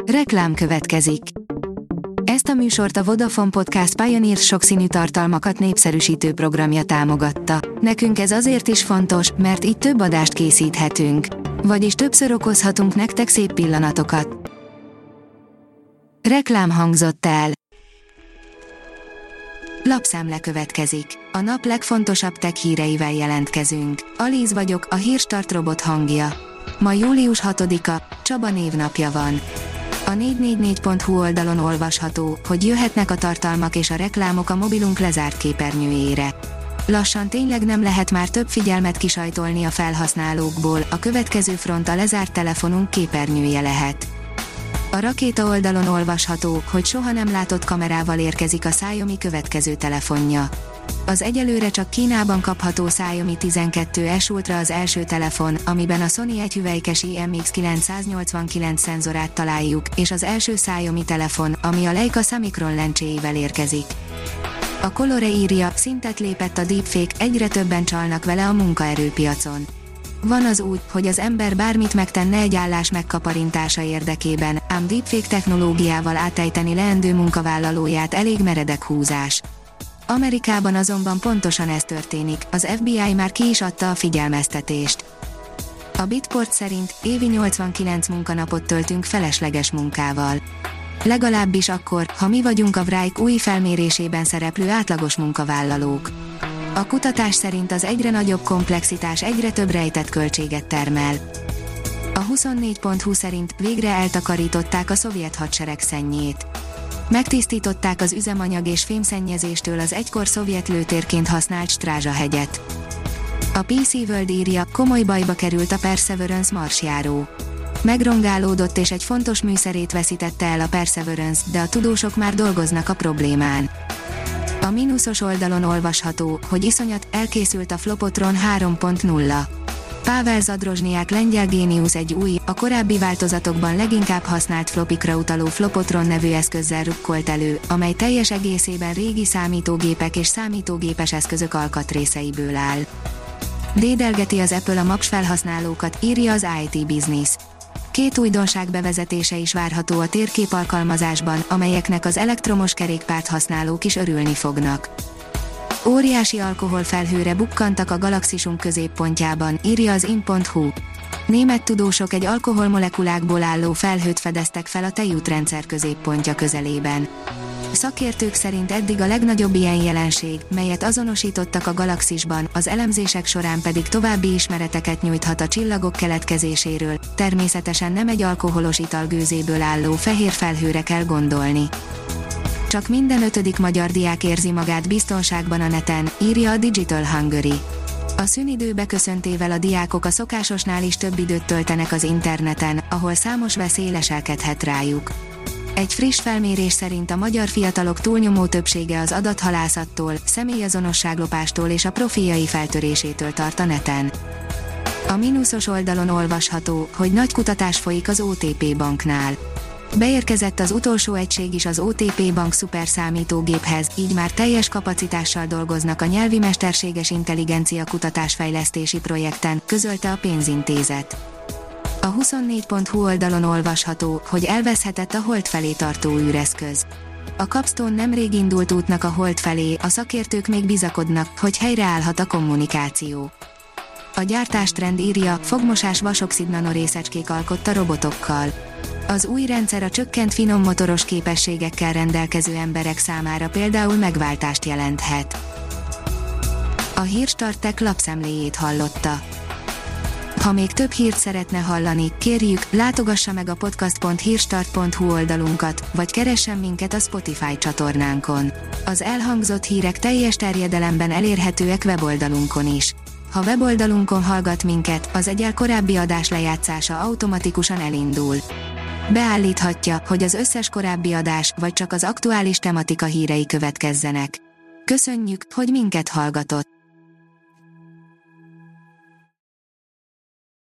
Reklám következik. Ezt a műsort a Vodafone Podcast Pioneer sokszínű tartalmakat népszerűsítő programja támogatta. Nekünk ez azért is fontos, mert így több adást készíthetünk. Vagyis többször okozhatunk nektek szép pillanatokat. Reklám hangzott el. Lapszemle következik. A nap legfontosabb tech híreivel jelentkezünk. Alíz vagyok, a Hírstart robot hangja. Ma július 6-a, Csaba névnapja van. A 444.hu oldalon olvasható, hogy jöhetnek a tartalmak és a reklámok a mobilunk lezárt képernyőjére. Lassan tényleg nem lehet már több figyelmet kisajtolni a felhasználókból, a következő front a lezárt telefonunk képernyője lehet. A Rakéta oldalon olvasható, hogy soha nem látott kamerával érkezik a Xiaomi következő telefonja. Az egyelőre csak Kínában kapható Xiaomi 12S Ultra az első telefon, amiben a Sony egyhüvelykes IMX989 szenzorát találjuk, és az első Xiaomi telefon, ami a Leica Summicron lencséjével érkezik. A Colore írja, szintet lépett a deepfake, egyre többen csalnak vele a munkaerőpiacon. Van az úgy, hogy az ember bármit megtenne egy állás megkaparintása érdekében, ám deepfake technológiával átejteni leendő munkavállalóját elég meredek húzás. Amerikában azonban pontosan ez történik, az FBI már ki is adta a figyelmeztetést. A Bitport szerint évi 89 munkanapot töltünk felesleges munkával. Legalábbis akkor, ha mi vagyunk a Vrike új felmérésében szereplő átlagos munkavállalók. A kutatás szerint az egyre nagyobb komplexitás egyre több rejtett költséget termel. A 24.hu szerint végre eltakarították a szovjet hadsereg szennyét. Megtisztították az üzemanyag és fémszennyezéstől az egykor szovjet lőtérként használt Strázsa-hegyet. A PC World írja, komoly bajba került a Perseverance marsjáró. Megrongálódott és egy fontos műszerét veszítette el a Perseverance, de a tudósok már dolgoznak a problémán. A mínuszos oldalon olvasható, hogy iszonyat, elkészült a Flopotron 3.0. Pavel Zadrozsnyák lengyel géniusz egy új, a korábbi változatokban leginkább használt flopikra utaló Flopotron nevű eszközzel rukkolt elő, amely teljes egészében régi számítógépek és számítógépes eszközök alkatrészeiből áll. Dédelgeti az Apple a Maps felhasználókat, írja az IT Business. 2 újdonság bevezetése is várható a térkép alkalmazásban, amelyeknek az elektromos kerékpárt használók is örülni fognak. Óriási alkoholfelhőre bukkantak a galaxisunk középpontjában, írja az in.hu. Német tudósok egy alkoholmolekulákból álló felhőt fedeztek fel a tejútrendszer középpontja közelében. Szakértők szerint eddig a legnagyobb ilyen jelenség, melyet azonosítottak a galaxisban, az elemzések során pedig további ismereteket nyújthat a csillagok keletkezéséről, természetesen nem egy alkoholos italgőzéből álló fehér felhőre kell gondolni. Csak minden 5. magyar diák érzi magát biztonságban a neten, írja a Digital Hungary. A szünidő beköszöntével a diákok a szokásosnál is több időt töltenek az interneten, ahol számos veszély leselkedhet rájuk. Egy friss felmérés szerint a magyar fiatalok túlnyomó többsége az adathalászattól, személyazonosságlopástól és a profiljai feltörésétől tart a neten. A mínuszos oldalon olvasható, hogy nagy kutatás folyik az OTP banknál. Beérkezett az utolsó egység is az OTP bank szuperszámítógéphez, így már teljes kapacitással dolgoznak a nyelvi mesterséges intelligencia kutatásfejlesztési projekten, közölte a pénzintézet. A 24.hu oldalon olvasható, hogy elveszhetett a Hold felé tartó űreszköz. A Capstone nemrég indult útnak a Hold felé, a szakértők még bizakodnak, hogy helyreállhat a kommunikáció. A gyártástrend írja, fogmosás vasoxid nanorészecskék alkotta robotokkal. Az új rendszer a csökkent finom motoros képességekkel rendelkező emberek számára például megváltást jelenthet. A Hírstart Tech lapszemléjét hallotta. Ha még több hírt szeretne hallani, kérjük, látogassa meg a podcast.hírstart.hu oldalunkat, vagy keressen minket a Spotify csatornánkon. Az elhangzott hírek teljes terjedelemben elérhetőek weboldalunkon is. Ha weboldalunkon hallgat minket, az egyel korábbi adás lejátszása automatikusan elindul. Beállíthatja, hogy az összes korábbi adás, vagy csak az aktuális tematika hírei következzenek. Köszönjük, hogy minket hallgatott!